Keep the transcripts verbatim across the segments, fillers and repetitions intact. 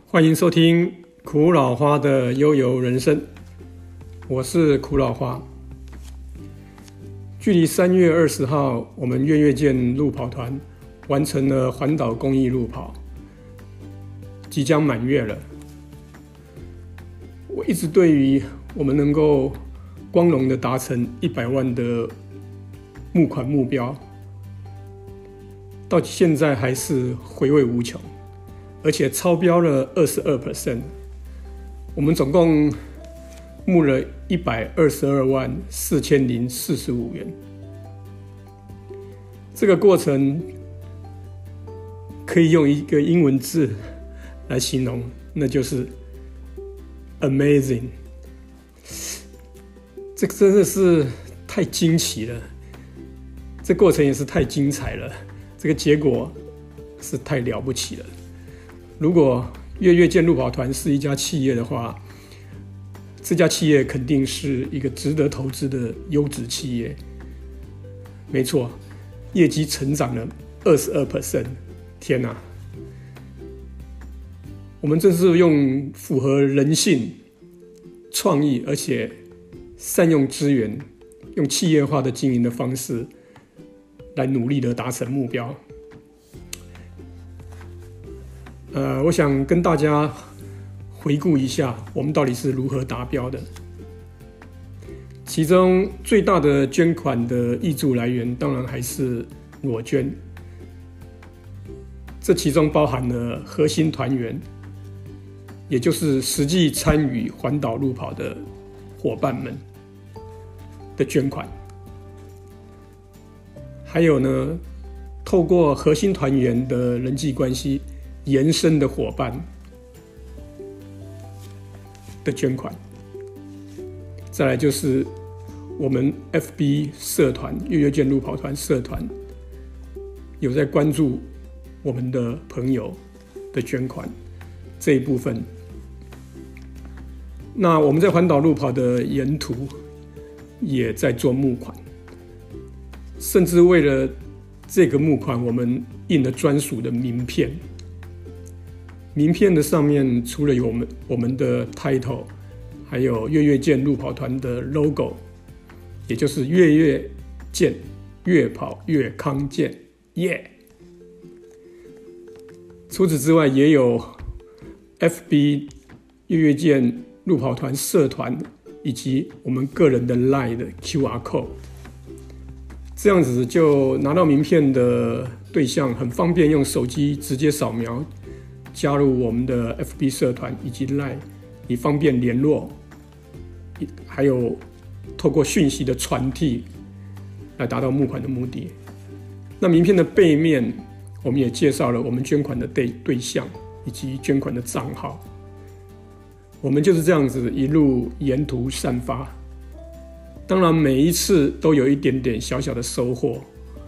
欢迎收听苦老花的悠游人生，我是苦老花。距离三月二十号，我们月月见路跑团完成了环岛公益路跑，即将满月了。我一直对于我们能够光荣的达成一百万的募款目标，到现在还是回味无穷，而且超标了 百分之二十二。 我们总共募了一百二十二万四千零四十五元。这个过程可以用一个英文字来形容，那就是 amazing。 这个真的是太惊奇了，这过程也是太精彩了，这个结果是太了不起了。如果月月见路跑团是一家企业的话，这家企业肯定是一个值得投资的优质企业。没错，业绩成长了 百分之二十二， 天哪！我们真是用符合人性、创意，而且善用资源，用企业化的经营的方式来努力的达成目标。呃，我想跟大家回顾一下，我们到底是如何达标的。其中最大的捐款的挹注来源，当然还是裸捐。这其中包含了核心团员，也就是实际参与环岛路跑的伙伴们的捐款，还有呢，透过核心团员的人际关系延伸的伙伴的捐款，再来就是我们 F B 社团月月见路跑团社团有在关注我们的朋友的捐款这一部分。那我们在环岛路跑的沿途也在做募款，甚至为了这个募款，我们印了专属的名片。名片的上面除了有我们我们的 title， 还有月月见路跑团的 logo， 也就是月月见，越跑越康健，耶、yeah! 除此之外，也有 F B 月月见路跑团社团以及我们个人的 Line 的 Q R code， 这样子就拿到名片的对象很方便，用手机直接扫描加入我们的 F B 社团以及 Line， 以方便联络，还有透过讯息的传递来达到募款的目的。那名片的背面，我们也介绍了我们捐款的 对, 对象以及捐款的账号。我们就是这样子一路沿途散发，当然每一次都有一点点小小的收获。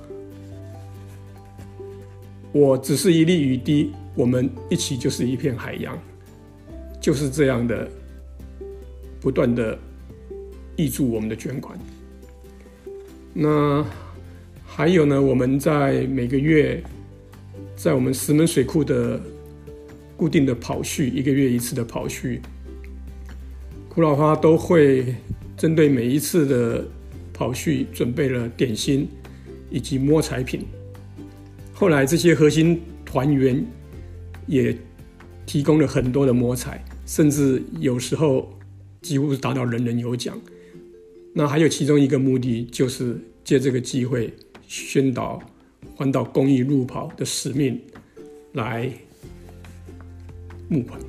我只是一粒雨滴，我们一起就是一片海洋，就是这样的不断的挹注我们的捐款。那还有呢，我们在每个月在我们石门水库的固定的跑序，一个月一次的跑序，苦老花都会针对每一次的跑序准备了点心以及摸彩品。后来这些核心团员也提供了很多的摸彩，甚至有时候几乎达到人人有奖。那还有其中一个目的，就是借这个机会宣导环岛公益路跑的使命，来募款。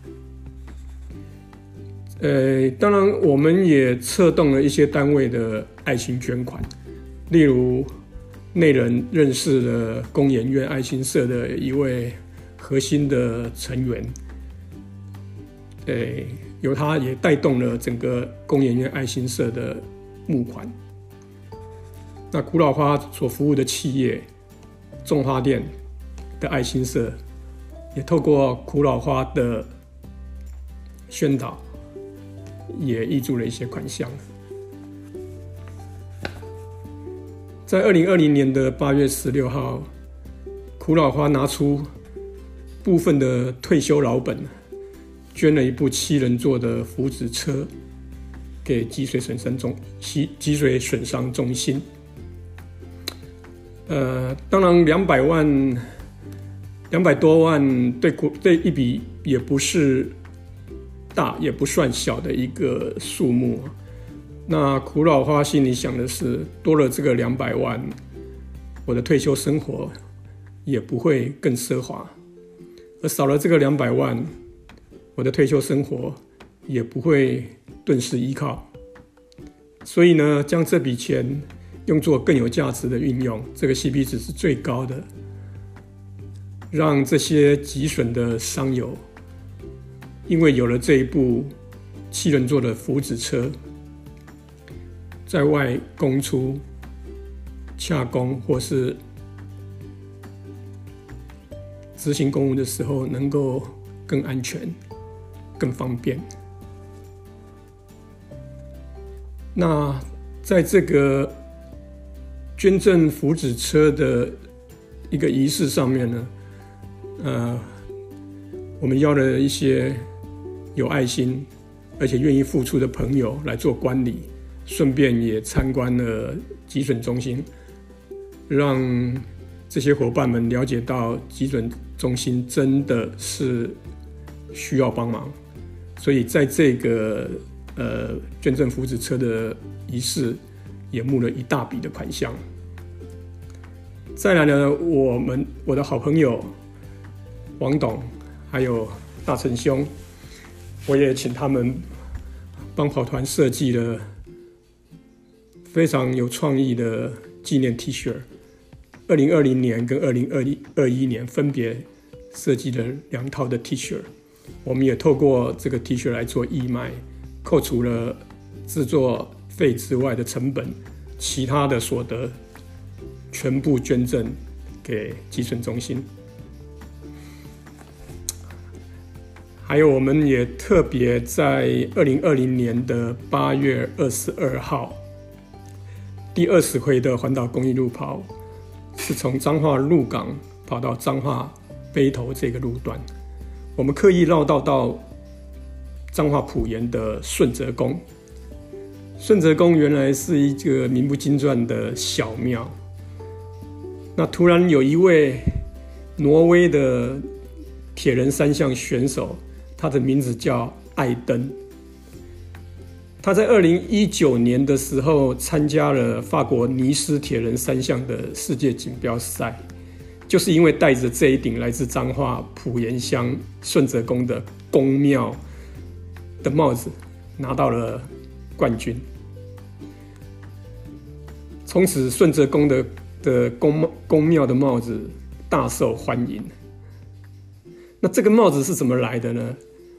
呃，当然我们也策动了一些单位的爱心捐款，例如内人认识了工研院爱心社的一位核心的成员，呃，由他也带动了整个工研院爱心社的募款。那苦老花所服务的企业种花店的爱心社，也透过苦老花的宣导，也挹注了一些款项。在二零二零年的八月十六号，苦老花拿出部分的退休老本捐了一部七人座的福祉车给脊髓损伤中脊脊髓损伤中心。呃，当然两百万两百多万对对一笔也不是大也不算小的一个数目。那苦老花心里想的是，多了这个两百万，我的退休生活也不会更奢华；而少了这个两百万，我的退休生活也不会顿时依靠。所以呢，将这笔钱用作更有价值的运用，这个 C P 值是最高的，让这些脊损的伤友，因为有了这一部七人座的福祉车，在外公出洽公或是执行公务的时候，能够更安全、更方便。那在这个捐赠福祉车的一个仪式上面呢，呃，我们邀了一些有爱心而且愿意付出的朋友来做观礼，顺便也参观了脊损中心，让这些伙伴们了解到脊损中心真的是需要帮忙。所以在这个呃捐赠福祉车的仪式也募了一大笔的款项。再来呢，我们我的好朋友王董还有大成兄，我也请他们帮跑团设计了非常有创意的纪念 T 恤。二零二零年跟二零二一年分别设计了两套的 T 恤，我们也透过这个 T 恤来做义卖，扣除了制作费之外的成本，其他的所得全部捐赠给脊损中心。还有，我们也特别在二零二零年的八月二十二号，第二十回的环岛公益路跑，是从彰化鹿港跑到彰化北投这个路段，我们刻意绕道到彰化埔盐的顺泽宫。顺泽宫原来是一个名不经传的小庙，那突然有一位挪威的铁人三项选手，他的名字叫艾登。他在二零一九年的时候参加了法国尼斯铁人三项的世界锦标赛，就是因为戴着这一顶来自彰化埔盐乡顺泽宫的宫庙的帽子，拿到了冠军。从此顺泽宫的的宫宫庙的帽子大受欢迎。那这个帽子是怎么来的呢？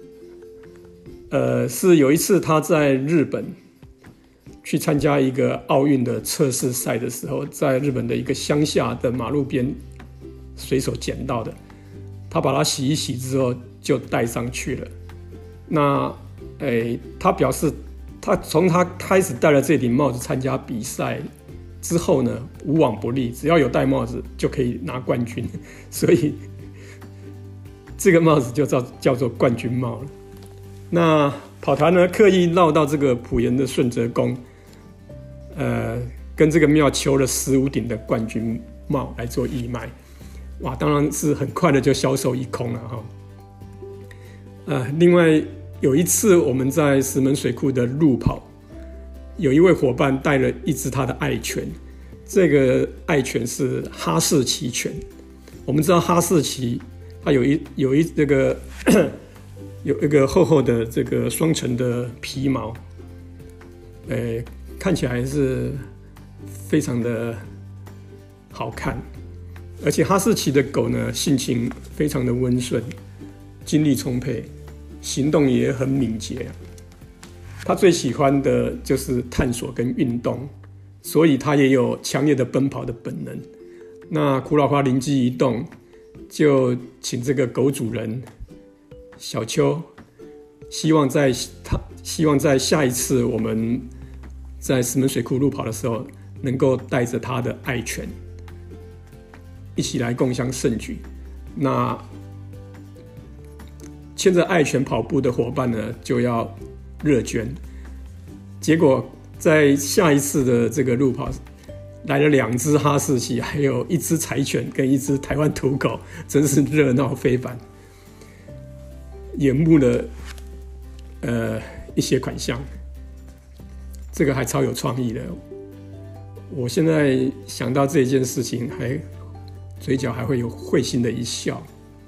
呃，是有一次他在日本去参加一个奥运的测试赛的时候，在日本的一个乡下的马路边随手捡到的，他把它洗一洗之后就戴上去了。那，诶，他表示他从他开始戴了这顶帽子参加比赛之后呢，无往不利，只要有戴帽子就可以拿冠军，所以这个帽子就叫叫做冠军帽了。那跑团呢，刻意绕到这个埔盐的顺泽宫，呃，跟这个庙求了十五顶的冠军帽来做义卖。哇，当然是很快的就销售一空了哈。呃，另外有一次我们在石门水库的路跑，有一位伙伴带了一只他的爱犬，这个爱犬是哈士奇犬。我们知道哈士奇它有一有一这个有一个厚厚的这个双层的皮毛，呃，看起来是非常的好看。而且哈士奇的狗呢，性情非常的温顺，精力充沛，行动也很敏捷。它最喜欢的就是探索跟运动，所以它也有强烈的奔跑的本能。那苦老花灵机一动，就请这个狗主人小邱，希望在他希望在下一次我们在石门水库路跑的时候，能够带着他的爱犬一起来共襄盛举。那牵着爱犬跑步的伙伴呢就要热捐，结果在下一次的这个路跑来了两只哈士奇，还有一只柴犬跟一只台湾土狗，真是热闹非凡，演目了呃一些款项，这个还超有创意的。我现在想到这件事情，还嘴角还会有会心的一笑。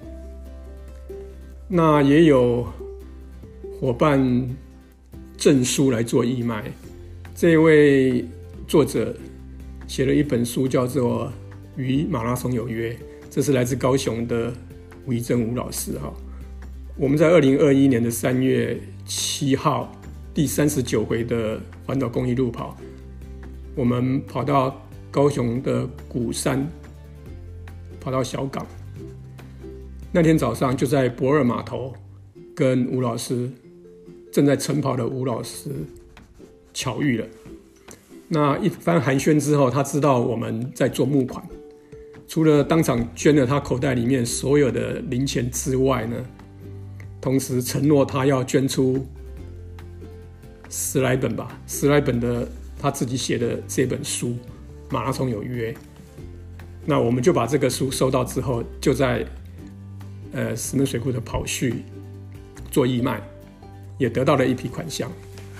那也有伙伴证书来做义卖，这位作者写了一本书叫做《与马拉松有约》，这是来自高雄的吴怡珍吴老师。我们在二零二一年的三月七号第三十九回的环岛公益路跑，我们跑到高雄的鼓山，跑到小港。那天早上就在博尔码头跟吴老师正在晨跑的吴老师巧遇了。那一番寒暄之后，他知道我们在做募款，除了当场捐了他口袋里面所有的零钱之外呢，同时承诺他要捐出十来本吧，十来本的他自己写的这本书《马拉松有约》。那我们就把这个书收到之后，就在呃石门水库的跑序做义卖，也得到了一批款项。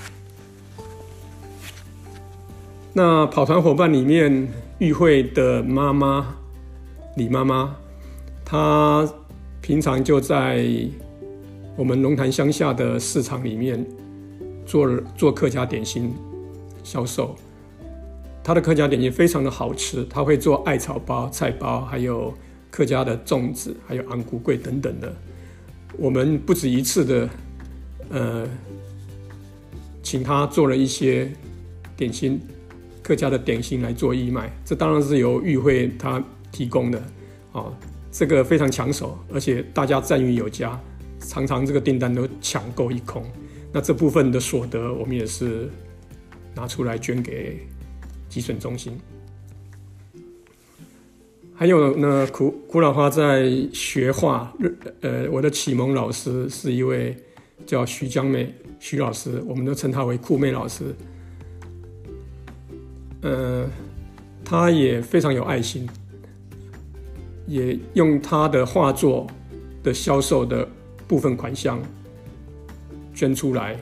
那跑团伙伴里面，玉慧的妈妈李妈妈，她平常就在我们龙潭乡下的市场里面做做客家点心销售。她的客家点心非常的好吃，她会做艾草包、菜包，还有客家的粽子，还有昂古粿等等的。我们不止一次的，呃，请她做了一些点心。客家的点心来做义卖，这当然是由玉慧他提供的，哦，这个非常抢手，而且大家赞誉有加，常常这个订单都抢购一空。那这部分的所得，我们也是拿出来捐给集损中心。还有呢，苦苦老花在学画，呃，我的启蒙老师是一位叫徐江妹徐老师，我们都称她为酷妹老师。呃，他也非常有爱心，也用他的画作的销售的部分款项捐出来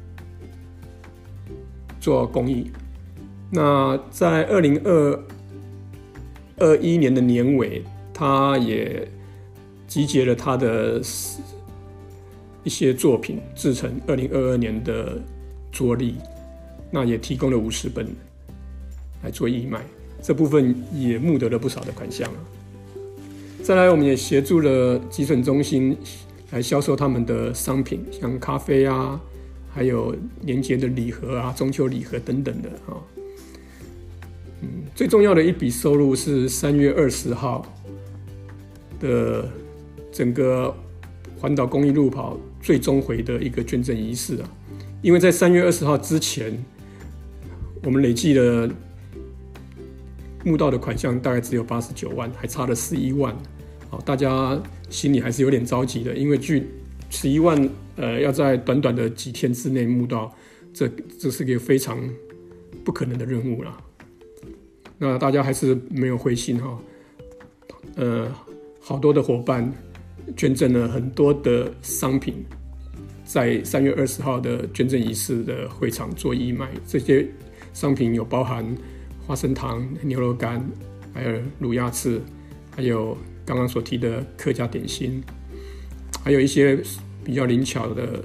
做公益。那在二零二一年的年尾，他也集结了他的一些作品，制成二零二二年的桌历，那也提供了五十本来做义卖，这部分也募得了不少的款项啊。再来，我们也协助了集损中心来销售他们的商品，像咖啡啊，还有年节的礼盒啊、中秋礼盒等等的啊。嗯，最重要的一笔收入是三月二十号的整个环岛公益路跑最终回的一个捐赠仪式啊。因为在三月二十号之前，我们累计了募到的款项大概只有八十九万，还差了十一万，好，大家心里还是有点着急的，因为距十一万，呃，要在短短的几天之内募到，这这是个非常不可能的任务啦。那大家还是没有灰心哈，呃，好多的伙伴捐赠了很多的商品，在三月二十号的捐赠仪式的会场做义卖，这些商品有包含花生糖、牛肉干，还有卤鸭翅，还有刚刚所提的客家点心，还有一些比较灵巧的、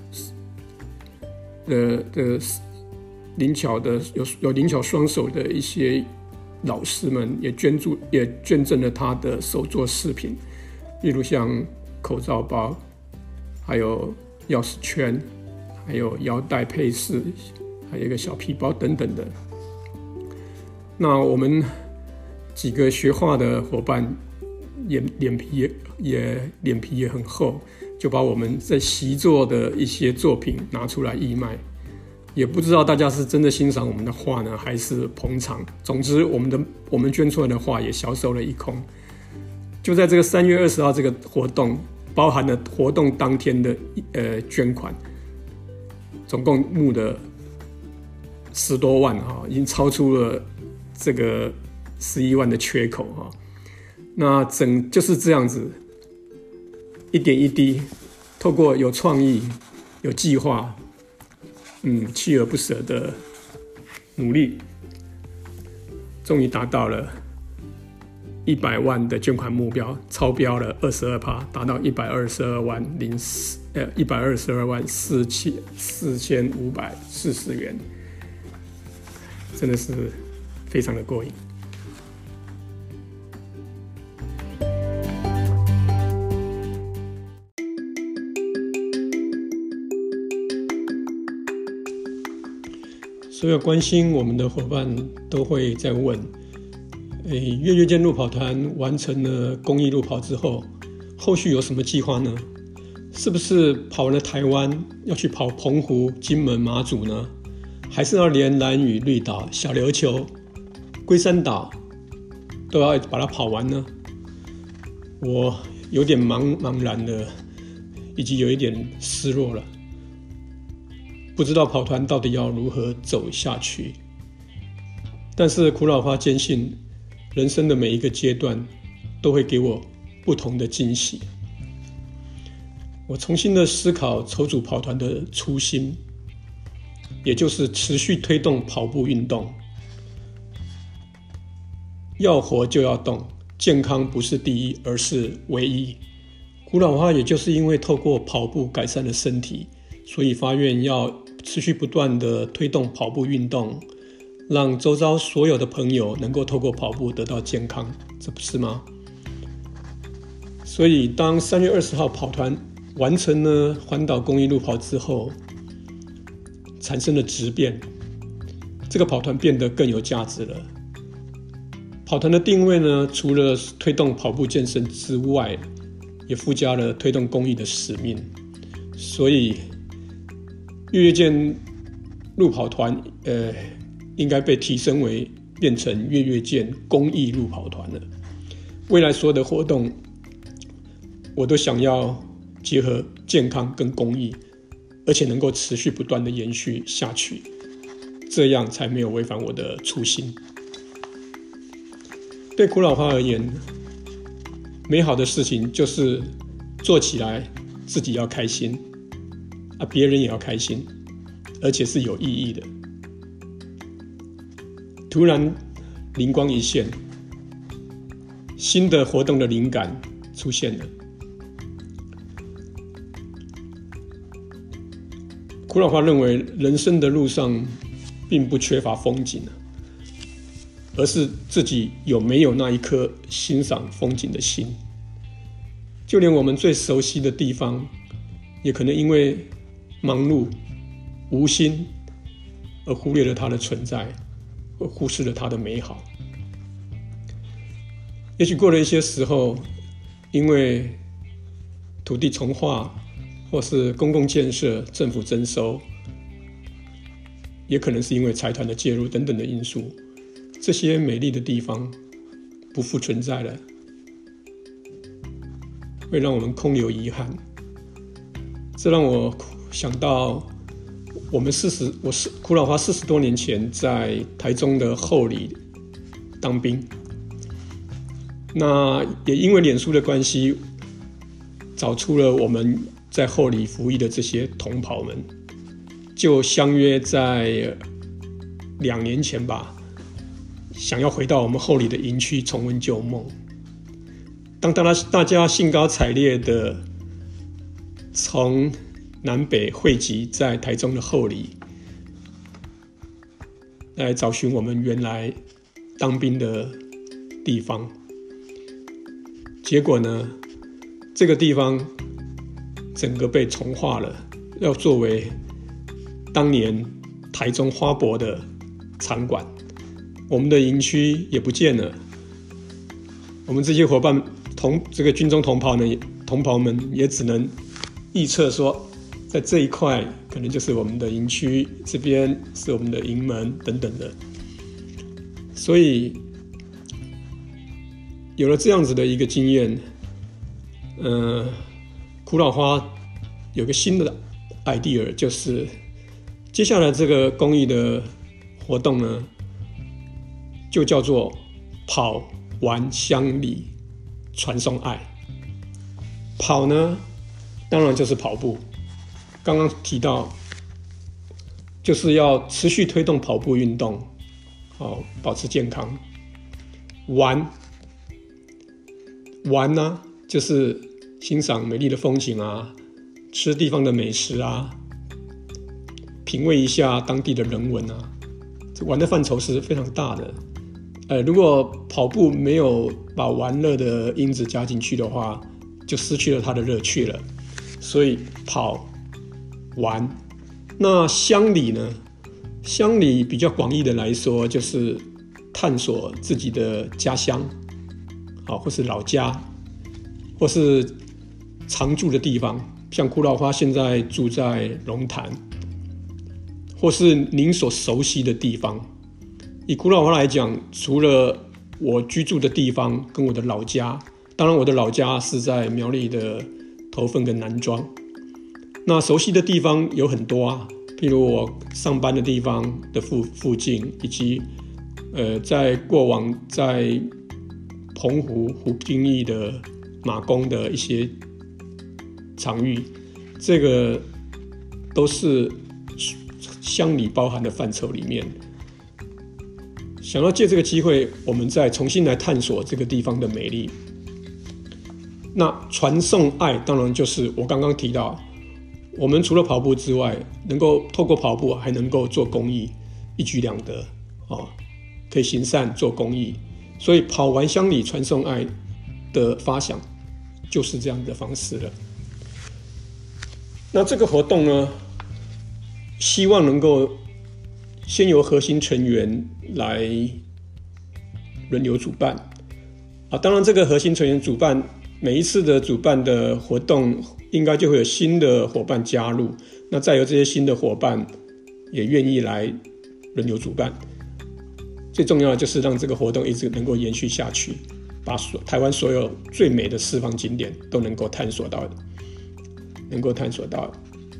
的的灵巧的有有灵巧双手的一些老师们也捐助也捐赠了他的手作饰品，例如像口罩包，还有钥匙圈，还有腰带配饰，还有一个小皮包等等的。那我们几个学画的伙伴也脸皮也也脸皮也很厚，就把我们在习作的一些作品拿出来义卖，也不知道大家是真的欣赏我们的画呢，还是捧场。总之，我们的我们捐出来的画也销售了一空。就在这个三月二十号这个活动， 包含了活动当天的呃捐款，总共募了十多万哈，已经超出了这个十一万的缺口哈。那整就是这样子，一点一滴，透过有创意、有计划，嗯，锲而不舍的努力，终于达到了一百万的捐款目标，超标了二十二趴，达到一百二十二万零四呃一百二十二万四千四千五百四十元，真的是非常的过瘾。所有关心我们的伙伴都会在问。月月见路跑团完成了公益路跑之后，后续有什么计划呢？是不是跑完了台湾要去跑澎湖、金门、马祖呢？还是要连兰屿、绿岛、小琉球、龟山岛都要把它跑完呢？我有点茫茫然的，以及有一点失落了，不知道跑团到底要如何走下去。但是苦老花坚信，人生的每一个阶段都会给我不同的惊喜。我重新的思考筹组跑团的初心，也就是持续推动跑步运动。要活就要动，健康不是第一，而是唯一。苦老花也就是因为透过跑步改善了身体，所以发愿要持续不断的推动跑步运动，让周遭所有的朋友能够透过跑步得到健康，这不是吗？所以当三月二十号跑团完成了环岛公益路跑之后，产生了质变，这个跑团变得更有价值了。跑团的定位呢，除了推动跑步健身之外，也附加了推动公益的使命。所以月月见路跑团呃应该被提升为变成月月见公益路跑团了。未来所有的活动，我都想要结合健康跟公益，而且能够持续不断的延续下去，这样才没有违反我的初心。对苦老花而言，美好的事情就是做起来自己要开心，啊，别人也要开心，而且是有意义的。突然灵光一现，新的活动的灵感出现了。苦老花认为，人生的路上并不缺乏风景，而是自己有没有那一颗欣赏风景的心。就连我们最熟悉的地方，也可能因为忙碌、无心而忽略了它的存在，而忽视了它的美好。也许过了一些时候，因为土地重划或是公共建设、政府征收，也可能是因为财团的介入等等的因素，这些美丽的地方不复存在了，会让我们空有遗憾。这让我想到我们四十，我是苦老花四十多年前在台中的后里当兵，那也因为脸书的关系，找出了我们在后里服役的这些同袍们，就相约在两年前吧，想要回到我们后里的营区重温旧梦。当大家大家兴高采烈的从南北汇集在台中的后里，来找寻我们原来当兵的地方。结果呢，这个地方整个被重划了，要作为当年台中花博的场馆。我们的营区也不见了，我们这些伙伴同这个军中同袍呢，同袍们也只能预测说，在这一块可能就是我们的营区，这边是我们的营门等等的。所以有了这样子的一个经验，呃， 苦老花有个新的 idea， 就是接下来这个公益的活动呢，就叫做跑完乡里传送爱。跑呢，当然就是跑步。刚刚提到，就是要持续推动跑步运动，好，保持健康。玩，玩呢，就是欣赏美丽的风景啊，吃地方的美食啊，品味一下当地的人文啊。这玩的范畴是非常大的。呃，如果跑步没有把玩乐的因子加进去的话，就失去了它的乐趣了。所以跑、玩，那乡里呢？乡里比较广义的来说，就是探索自己的家乡，好，或是老家，或是常住的地方。像苦老花现在住在龙潭，或是您所熟悉的地方。以苦老花来讲，除了我居住的地方跟我的老家，当然我的老家是在苗栗的头份跟南庄，那熟悉的地方有很多啊，譬如我上班的地方的 附, 附近，以及呃在过往在澎湖湖滨义的马公的一些场域，这个都是乡里包含的范畴里面。想要借这个机会，我们再重新来探索这个地方的美丽。那传送爱，当然就是我刚刚提到，我们除了跑步之外，能够透过跑步还能够做公益，一举两得，哦，可以行善做公益。所以跑完乡里传送爱的发想就是这样的方式了。那这个活动呢，希望能够先由核心成员来轮流主办啊。当然，这个核心成员主办每一次的主办的活动，应该就会有新的伙伴加入。那再由这些新的伙伴也愿意来轮流主办。最重要的就是让这个活动一直能够延续下去，把台湾所有最美的四方景点都能够探索到，能够探索到。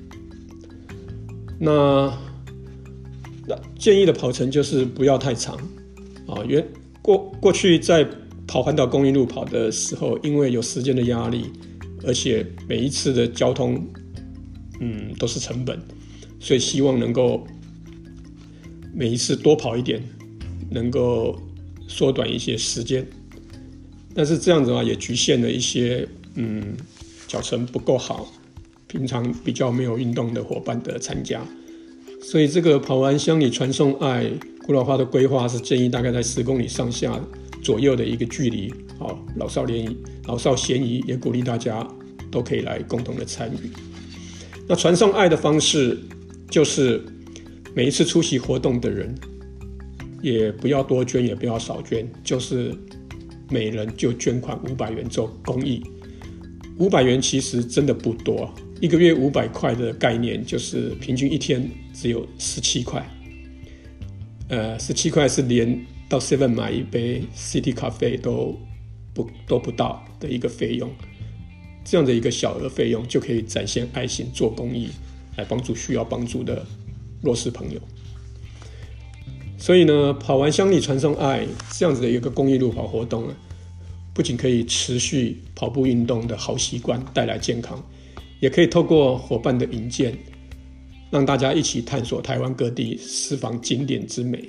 那建议的跑程就是不要太长啊。原过过去在跑环岛公益路跑的时候，因为有时间的压力，而且每一次的交通，嗯，都是成本，所以希望能够每一次多跑一点，能够缩短一些时间。但是这样子的话，也局限了一些嗯脚程不够好，平常比较没有运动的伙伴的参加。所以这个跑完乡里传送爱，苦老花的规划是建议大概在十公里上下左右的一个距离，好，老少联谊，老少咸宜，也鼓励大家都可以来共同的参与。那传送爱的方式就是每一次出席活动的人，也不要多捐，也不要少捐，就是每人就捐款五百元做公益。五百元其实真的不多，一个月五百块的概念就是平均一天只有十七块。呃，十七块是连到 seven 买一杯 City 咖啡都不都不到的一个费用。这样的一个小额费用就可以展现爱心，做公益，来帮助需要帮助的弱势朋友。所以呢，跑完乡里传送爱这样子的一个公益路跑活动呢，不仅可以持续跑步运动的好习惯，带来健康，也可以透过伙伴的引荐，让大家一起探索台湾各地私房景点之美。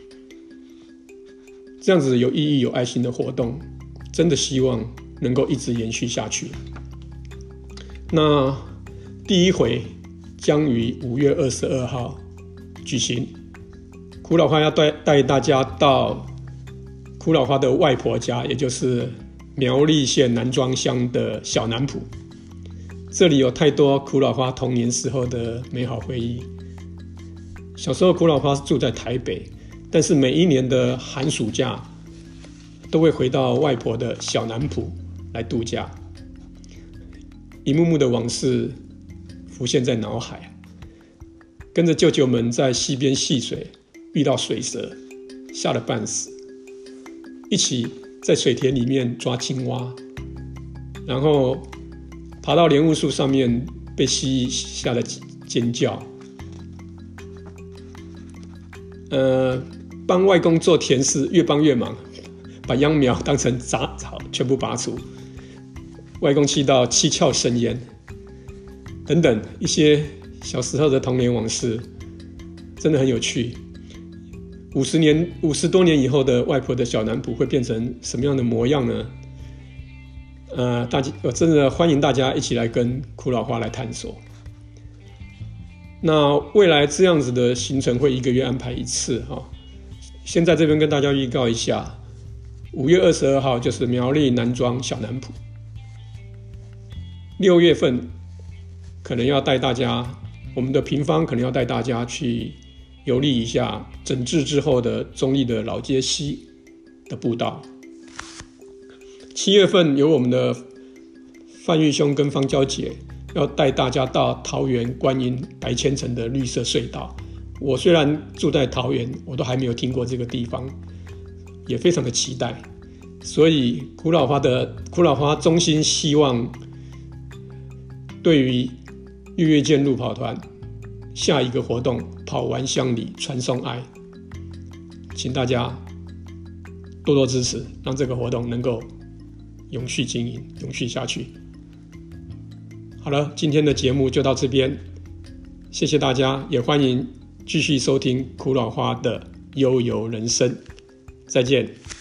这样子有意义、有爱心的活动，真的希望能够一直延续下去。那第一回将于五月二十二号举行，苦老花要带带大家到苦老花的外婆家，也就是苗栗县南庄乡的小南埔。这里有太多苦老花童年时候的美好回忆。小时候苦老花住在台北，但是每一年的寒暑假都会回到外婆的小南埔来度假。一幕幕的往事浮现在脑海，跟着舅舅们在溪边戏水，遇到水蛇，吓得半死，一起在水田里面抓青蛙，然后爬到莲雾树上面被蜥蜴吓得尖叫。呃，帮外公做田事，越帮越忙，把秧苗当成杂草全部拔除，外公气到七窍生烟，等等一些小时候的童年往事，真的很有趣。五十年、五十多年以后的外婆的小南埔会变成什么样的模样呢？呃，大家我真的欢迎大家一起来跟苦老花来探索。那未来这样子的行程会一个月安排一次哈。先在这边跟大家预告一下，五月二十二号就是苗栗南庄小南埔，六月份可能要带大家，我们的平方可能要带大家去游历一下整治之后的中立的老街溪的步道。七月份有我们的范玉兄跟方娇姐要带大家到桃园观音白千层的绿色隧道。我虽然住在桃园，我都还没有听过这个地方，也非常的期待。所以苦老花的苦老花衷心希望，对于月月见路跑团下一个活动跑完乡里传送爱，请大家多多支持，让这个活动能够永续经营，永续下去。好了，今天的节目就到这边，谢谢大家，也欢迎继续收听苦老花的悠游人生，再见。